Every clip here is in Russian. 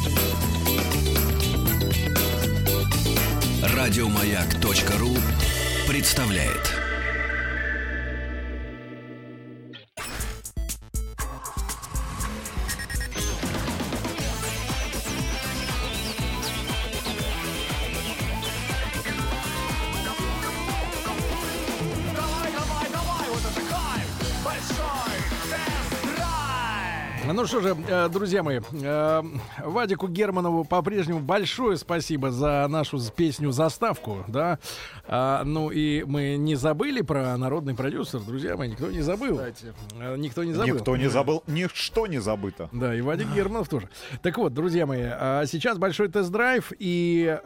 Радиомаяк.ру представляет. Ну что же, друзья мои, Вадику Германову по-прежнему большое спасибо за нашу песню «Заставку», да. Ну и мы не забыли про народный продюсер, друзья мои, никто не забыл. Кстати. Никто не забыл. Никто не забыл, ничто не забыто. Да, и Вадик Германов тоже. Так вот, друзья мои, сейчас большой тест-драйв и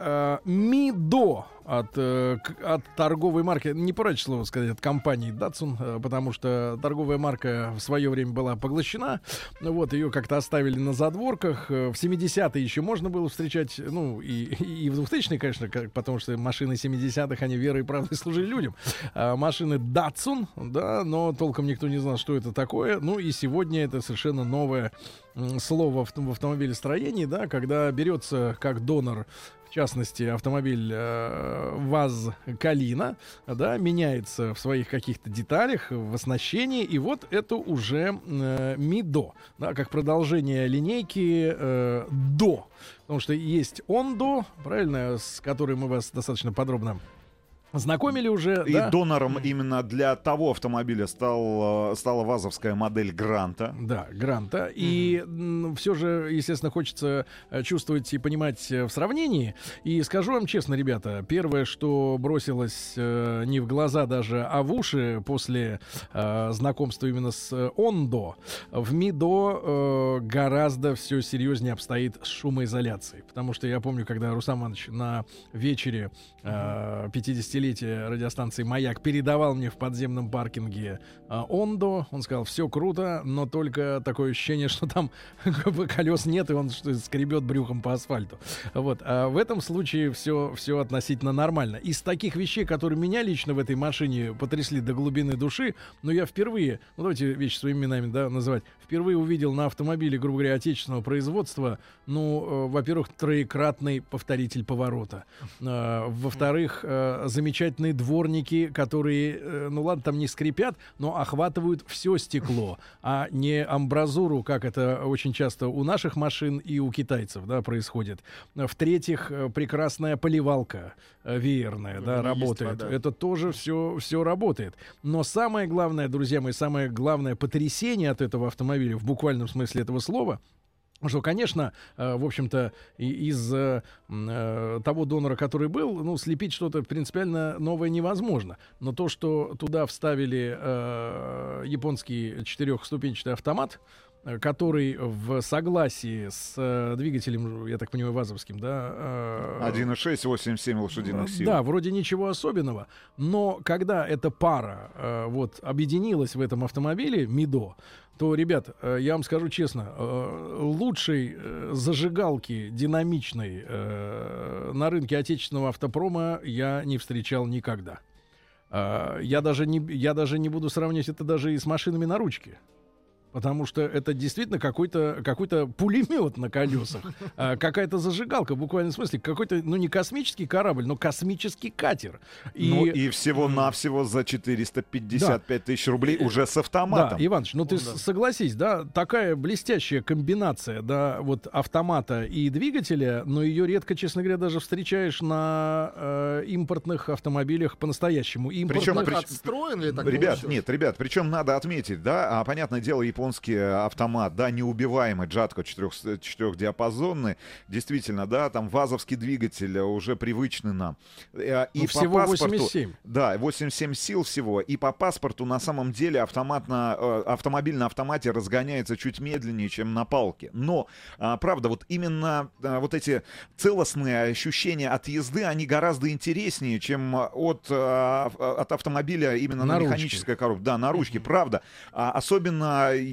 МИДО от торговой марки, не прочь слово сказать, от компании Datsun, потому что торговая марка в свое время была поглощена. Вот, ее как-то оставили на задворках. В 70-е еще можно было встречать, ну, и в 2000-е, конечно, потому что машины 70-х, они верой и правдой служили людям. Машины Datsun, да, но толком никто не знал, что это такое. Ну, и сегодня это совершенно новое слово в автомобилестроении, да, когда берется как донор, в частности, автомобиль ВАЗ Калина, да, меняется в своих каких-то деталях, в оснащении, и вот это уже МИДО, да, как продолжение линейки ДО, потому что есть ОНДО, правильно, с которой мы вас достаточно подробно знакомили уже. И да? донором именно для того автомобиля стала вазовская модель Гранта. Да, Гранта. И все же, естественно, хочется чувствовать и понимать в сравнении. И скажу вам честно, ребята, первое, что бросилось не в глаза даже, а в уши после знакомства именно с Ондо, в МИДО гораздо все серьезнее обстоит с шумоизоляцией. Потому что я помню, когда Рустам Иванович на вечере 50-летия радиостанции «Маяк» передавал мне в подземном паркинге Ондо. Он сказал, все круто, но только такое ощущение, что там колес нет, и он скребет брюхом по асфальту. Вот. А в этом случае все относительно нормально. Из таких вещей, которые меня лично в этой машине потрясли до глубины души, но я впервые, ну давайте вещи своими именами, да, называть, впервые увидел на автомобиле, грубо говоря, отечественного производства, ну, во-первых, троекратный повторитель поворота. Во-вторых, замечательные дворники, которые, ну ладно, там не скрипят, но охватывают все стекло, а не амбразуру, как это очень часто у наших машин и у китайцев, да, происходит. В-третьих, прекрасная поливалка веерная, да, работает. Это тоже все работает. Но самое главное, друзья мои, самое главное потрясение от этого автомобиля в буквальном смысле этого слова, что, конечно, в общем-то, из того донора, который был, ну, слепить что-то принципиально новое невозможно. Но то, что туда вставили японский 4-ступенчатый автомат, который в согласии с двигателем, я так понимаю, вазовским, да... 1.6, 87 лошадиных сил. Да, вроде ничего особенного. Но когда эта пара вот объединилась в этом автомобиле, МИДО, то, ребят, я вам скажу честно, лучшей зажигалки динамичной на рынке отечественного автопрома я не встречал никогда. Я даже не буду сравнивать это даже и с машинами на ручке. Потому что это действительно какой-то пулемет на колесах, какая-то зажигалка, в буквальном смысле, какой-то, ну, не космический корабль, но космический катер. Ну и всего-навсего за 455 тысяч рублей уже с автоматом. Да, Иваныч, ну ты согласись, да, такая блестящая комбинация, да, вот автомата и двигателя, но ее редко, честно говоря, даже встречаешь на импортных автомобилях по-настоящему. Причем отстроен ли так? Ребят, причем надо отметить, да, понятное дело, японский автомат, да, неубиваемый, Джатко 4-диапазонный, действительно, да, там вазовский двигатель уже привычный нам. И всего по паспорту, 87. Да, 87 сил всего, и по паспорту на самом деле автомобиль на автомате разгоняется чуть медленнее, чем на палке. Но, правда, вот именно вот эти целостные ощущения от езды, они гораздо интереснее, чем от автомобиля именно на механической коробке. Да, на ручке, правда. Особенно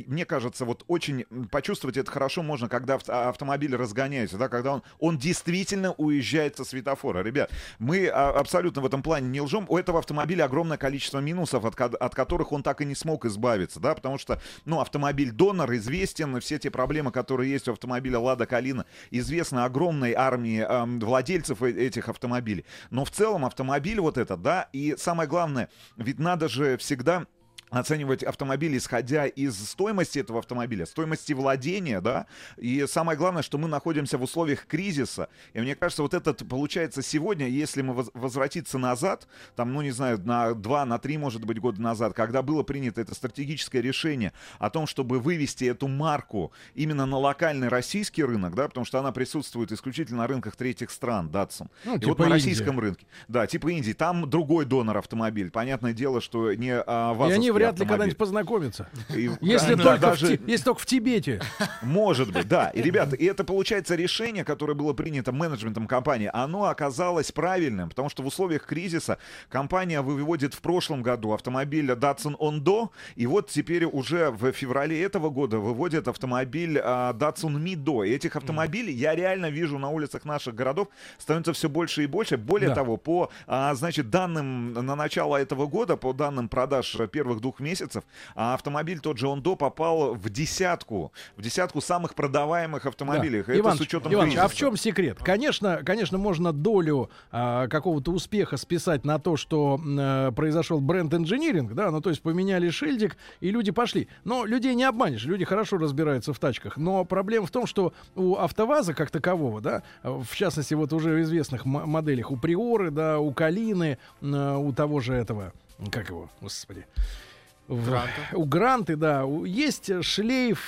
мне кажется, вот очень почувствовать это хорошо можно, когда автомобиль разгоняется, да, когда он действительно уезжает со светофора. Ребят, мы абсолютно в этом плане не лжем. У этого автомобиля огромное количество минусов, от которых он так и не смог избавиться, да, потому что, автомобиль донор известен, все те проблемы, которые есть у автомобиля Лада Калина, известны огромной армии владельцев этих автомобилей. Но в целом автомобиль вот этот, да, и самое главное, ведь надо же всегда оценивать автомобиль, исходя из стоимости этого автомобиля, стоимости владения, да, и самое главное, что мы находимся в условиях кризиса, и мне кажется, вот этот, получается, сегодня, если мы возвратиться назад, там, не знаю, на 2, на 3, может быть, года назад, когда было принято это стратегическое решение о том, чтобы вывести эту марку именно на локальный российский рынок, да, потому что она присутствует исключительно на рынках третьих стран, Datsun, и типа вот на Индия. Российском рынке, да, типа Индии, там другой донор автомобиль, понятное дело, что не ВАЗовский вряд ли автомобиль. когда-нибудь познакомятся. Если только в Тибете. Может быть, да. И, ребята, и это, получается, решение, которое было принято менеджментом компании, оно оказалось правильным, потому что в условиях кризиса компания выводит в прошлом году автомобиль Datsun Ondo, и вот теперь уже в феврале этого года выводит автомобиль Datsun Mido. И этих автомобилей я реально вижу на улицах наших городов становится все больше и больше. Более того, по, данным на начало этого года, по данным продаж первых 2 месяцев, автомобиль тот же Ondo попал в десятку самых продаваемых автомобилей. Да. Это Иваныч, с учетом Иваныч, кризиса. а в чем секрет? Конечно, можно долю какого-то успеха списать на то, что произошел бренд-инжиниринг, да, то есть поменяли шильдик, и люди пошли. Но людей не обманешь, люди хорошо разбираются в тачках. Но проблема в том, что у АвтоВАЗа как такового, да, в частности, вот уже в известных моделях, у Приоры, да, у Калины, у того же этого, как его, господи, у Гранты, да, есть шлейф,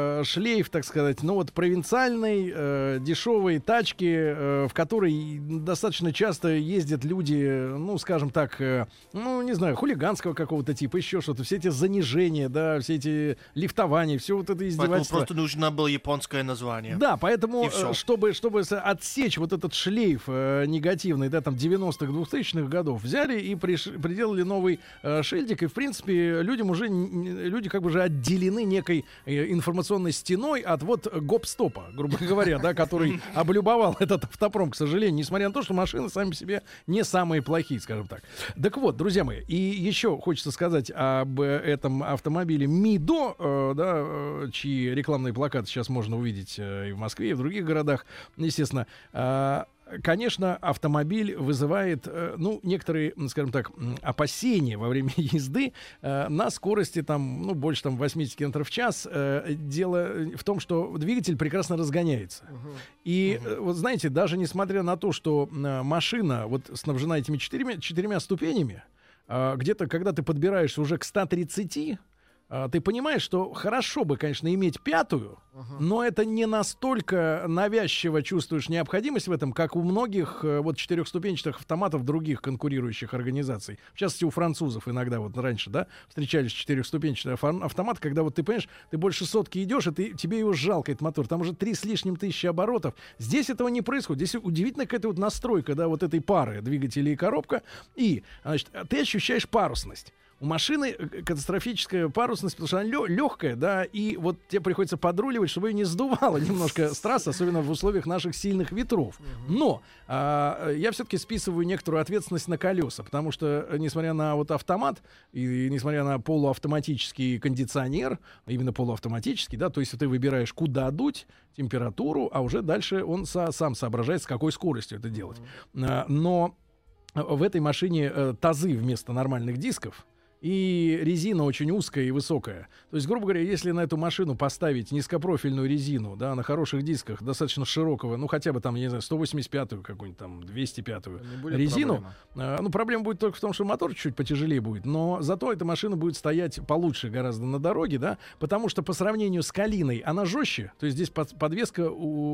так сказать, провинциальной, дешевой тачки, в которой достаточно часто ездят люди, скажем так, не знаю, хулиганского какого-то типа, еще что-то, все эти занижения, да, все эти лифтования, все вот это издевательство. Поэтому просто нужно было японское название. Да, поэтому, чтобы отсечь вот этот шлейф негативный, да, там, 90-х, 2000-х годов, взяли и приделали новый шильдик, и, в принципе, люди как бы уже отделены некой информационной стеной от гоп-стопа, грубо говоря, да, который облюбовал этот автопром, к сожалению, несмотря на то, что машины сами по себе не самые плохие, скажем так. Так вот, друзья мои, и еще хочется сказать об этом автомобиле Mido, да, чьи рекламные плакаты сейчас можно увидеть и в Москве, и в других городах, естественно. Конечно, автомобиль вызывает, некоторые, скажем так, опасения во время езды на скорости больше 80 км в час. Дело в том, что двигатель прекрасно разгоняется. И, вот знаете, даже несмотря на то, что машина снабжена этими 4 ступенями, где-то, когда ты подбираешься уже к 130, ты понимаешь, что хорошо бы, конечно, иметь 5-ю, но это не настолько навязчиво чувствуешь необходимость в этом, как у многих 4-ступенчатых автоматов других конкурирующих организаций. В частности, у французов иногда раньше, да, встречались 4-ступенчатые автоматы, когда ты понимаешь, ты больше сотки идешь, и тебе его жалко, этот мотор. Там уже 3 с лишним тысячи оборотов. Здесь этого не происходит. Здесь удивительная какая-то настройка, да, этой пары двигателя и коробка. И, значит, ты ощущаешь парусность. У машины катастрофическая парусность, потому что она легкая, да, и тебе приходится подруливать, чтобы ее не сдувало немножко с трассы, особенно в условиях наших сильных ветров. Но я все-таки списываю некоторую ответственность на колеса, потому что, несмотря на автомат и несмотря на полуавтоматический кондиционер, именно полуавтоматический, да, то есть ты выбираешь, куда дуть, температуру, а уже дальше он сам соображает, с какой скоростью это делать. Но в этой машине тазы вместо нормальных дисков, и резина очень узкая и высокая. То есть, грубо говоря, если на эту машину поставить низкопрофильную резину, да, на хороших дисках, достаточно широкого, хотя бы я не знаю, 185-ю какую-нибудь, 205-ю резину, проблема будет только в том, что мотор чуть потяжелее будет, но зато эта машина будет стоять получше гораздо на дороге, да, потому что по сравнению с Калиной она жестче, то есть здесь подвеска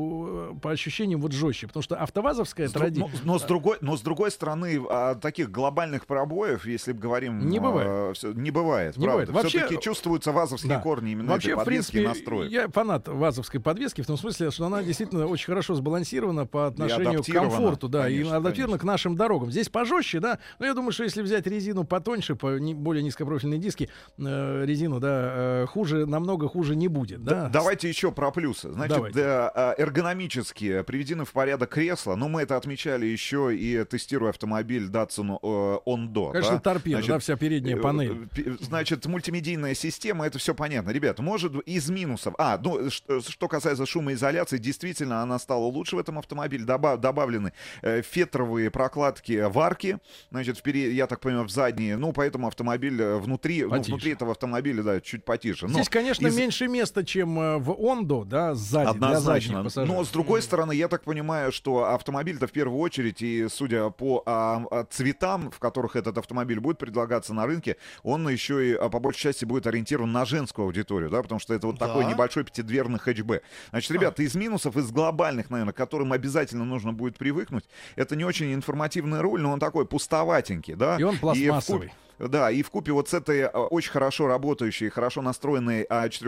по ощущениям жестче, потому что автовазовская традиция... Но с другой стороны, таких глобальных пробоев, если говорим... Не бывает. не бывает, Не правда. бывает. Вообще, Все-таки чувствуются вазовские корни именно вообще, этой в подвески и принципе, настроек. я фанат вазовской подвески, в том смысле, что она действительно очень хорошо сбалансирована по отношению к адаптирована, комфорту, да, конечно, и адаптирована к нашим дорогам. Здесь пожестче, да, но я думаю, что если взять резину потоньше, более низкопрофильные диски, резину, да, намного хуже не будет. Да? Давайте еще про плюсы. Значит, эргономически приведены в порядок кресла, но мы это отмечали еще и тестируя автомобиль Datsun Ondo. Конечно, да? торпеда, Значит, да, вся передняя панель. Значит, мультимедийная система, это все понятно. Ребята, может, из минусов... что касается шумоизоляции, действительно, она стала лучше в этом автомобиле. Добавлены фетровые прокладки варки, значит, я так понимаю, в задние, поэтому автомобиль внутри этого автомобиля, да, чуть потише. Здесь, конечно, меньше места, чем в Ондо, да, сзади, для задних пассажиров. Но, с другой стороны, я так понимаю, что автомобиль-то в первую очередь, и судя по цветам, в которых этот автомобиль будет предлагаться на рынке, он еще и по большей части будет ориентирован на женскую аудиторию, да, потому что это вот такой небольшой пятидверный хэтчбэк. Значит, ребята, из минусов, из глобальных, наверное, к которым обязательно нужно будет привыкнуть, это не очень информативный руль, но он такой пустоватенький, да. И он пластмассовый. Да, и вкупе вот с этой очень хорошо работающей, хорошо настроенной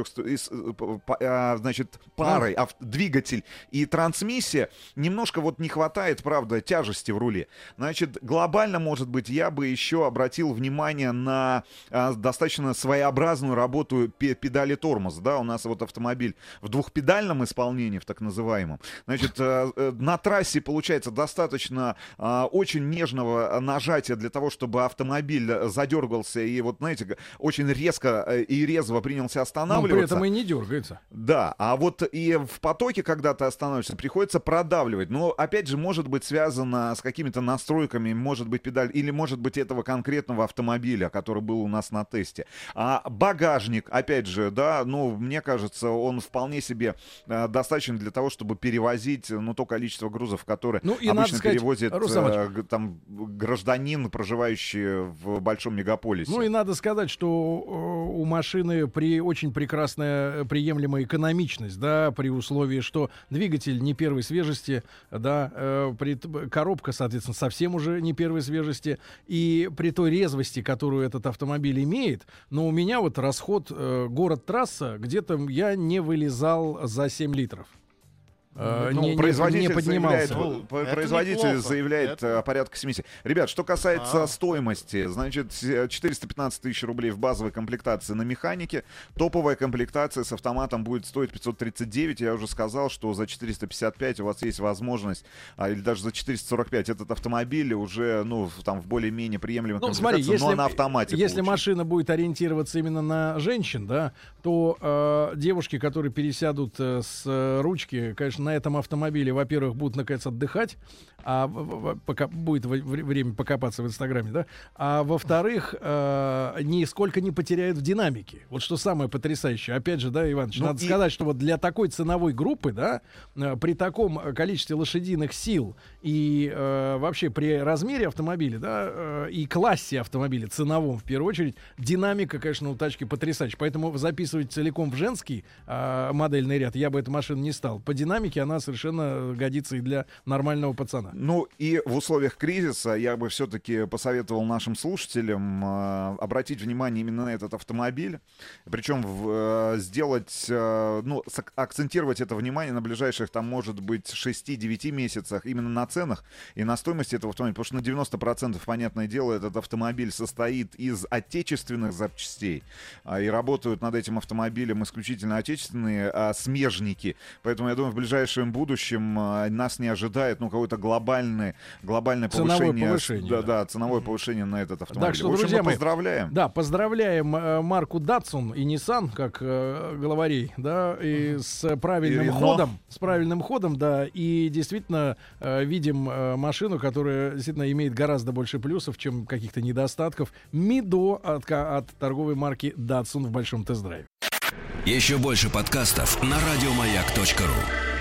парой двигатель и трансмиссия, немножко вот не хватает, правда, тяжести в руле. Значит, глобально, может быть, я бы еще обратил внимание на достаточно своеобразную работу педали тормоза. Да, у нас вот автомобиль в двухпедальном исполнении, в так называемом. Значит, на трассе получается достаточно очень нежного нажатия для того, чтобы автомобиль задергался и вот, знаете, очень резко и резво принялся останавливаться. Но при этом и не дергается. Да, а вот и в потоке, когда ты остановишься, приходится продавливать. Но, опять же, может быть связано с какими-то настройками, может быть педаль, или может быть этого конкретного автомобиля, который был у нас на тесте. А багажник, опять же, да, мне кажется, он вполне себе достаточен для того, чтобы перевозить, то количество грузов, которые обычно перевозит там гражданин, проживающий в большом мегаполисе. И надо сказать, что у машины очень прекрасная приемлемая экономичность, да, при условии, что двигатель не первой свежести, да, коробка, соответственно, совсем уже не первой свежести, и при той резвости, которую этот автомобиль имеет, но у меня вот расход город-трасса, где-то я не вылезал за 7 литров. Производитель неплохо. заявляет порядка 70. Ребят, что касается стоимости, значит, 415 тысяч рублей в базовой комплектации на механике. Топовая комплектация с автоматом будет стоить 539. Я уже сказал, что за 455 у вас есть возможность, или даже за 445 этот автомобиль уже, там в более-менее приемлемой комплектации, но на автомате. Если машина будет ориентироваться именно на женщин, да, то девушки, которые пересядут с ручки, конечно, на этом автомобиле, во-первых, будут, наконец, отдыхать, пока будет время покопаться в Инстаграме, да, а во-вторых, нисколько не потеряют в динамике. Вот что самое потрясающее. Опять же, да, Иваныч, надо сказать, что вот для такой ценовой группы, да, при таком количестве лошадиных сил и вообще при размере автомобиля, да, и классе автомобиля, ценовом в первую очередь, динамика, конечно, у тачки потрясающая. Поэтому записывать целиком в женский модельный ряд я бы эту машину не стал. По динамике она совершенно годится и для нормального пацана. И в условиях кризиса я бы все-таки посоветовал нашим слушателям обратить внимание именно на этот автомобиль. Причем акцентировать это внимание на ближайших, там, может быть, 6-9 месяцах именно на ценах и на стоимости этого автомобиля. Потому что на 90%, понятное дело, этот автомобиль состоит из отечественных запчастей. И работают над этим автомобилем исключительно отечественные смежники. Поэтому, я думаю, в ближайшем будущем нас не ожидает какое-то глобальное повышение. Ценовое повышение на этот автомобиль. Так что, в общем, друзья, мы поздравляем. Да, поздравляем марку Datsun и Nissan, как главарей, да, и с правильным ходом, да, и действительно видим машину, которая действительно имеет гораздо больше плюсов, чем каких-то недостатков. Мидо от торговой марки Datsun в большом тест-драйве. Еще больше подкастов на радиомаяк.ру.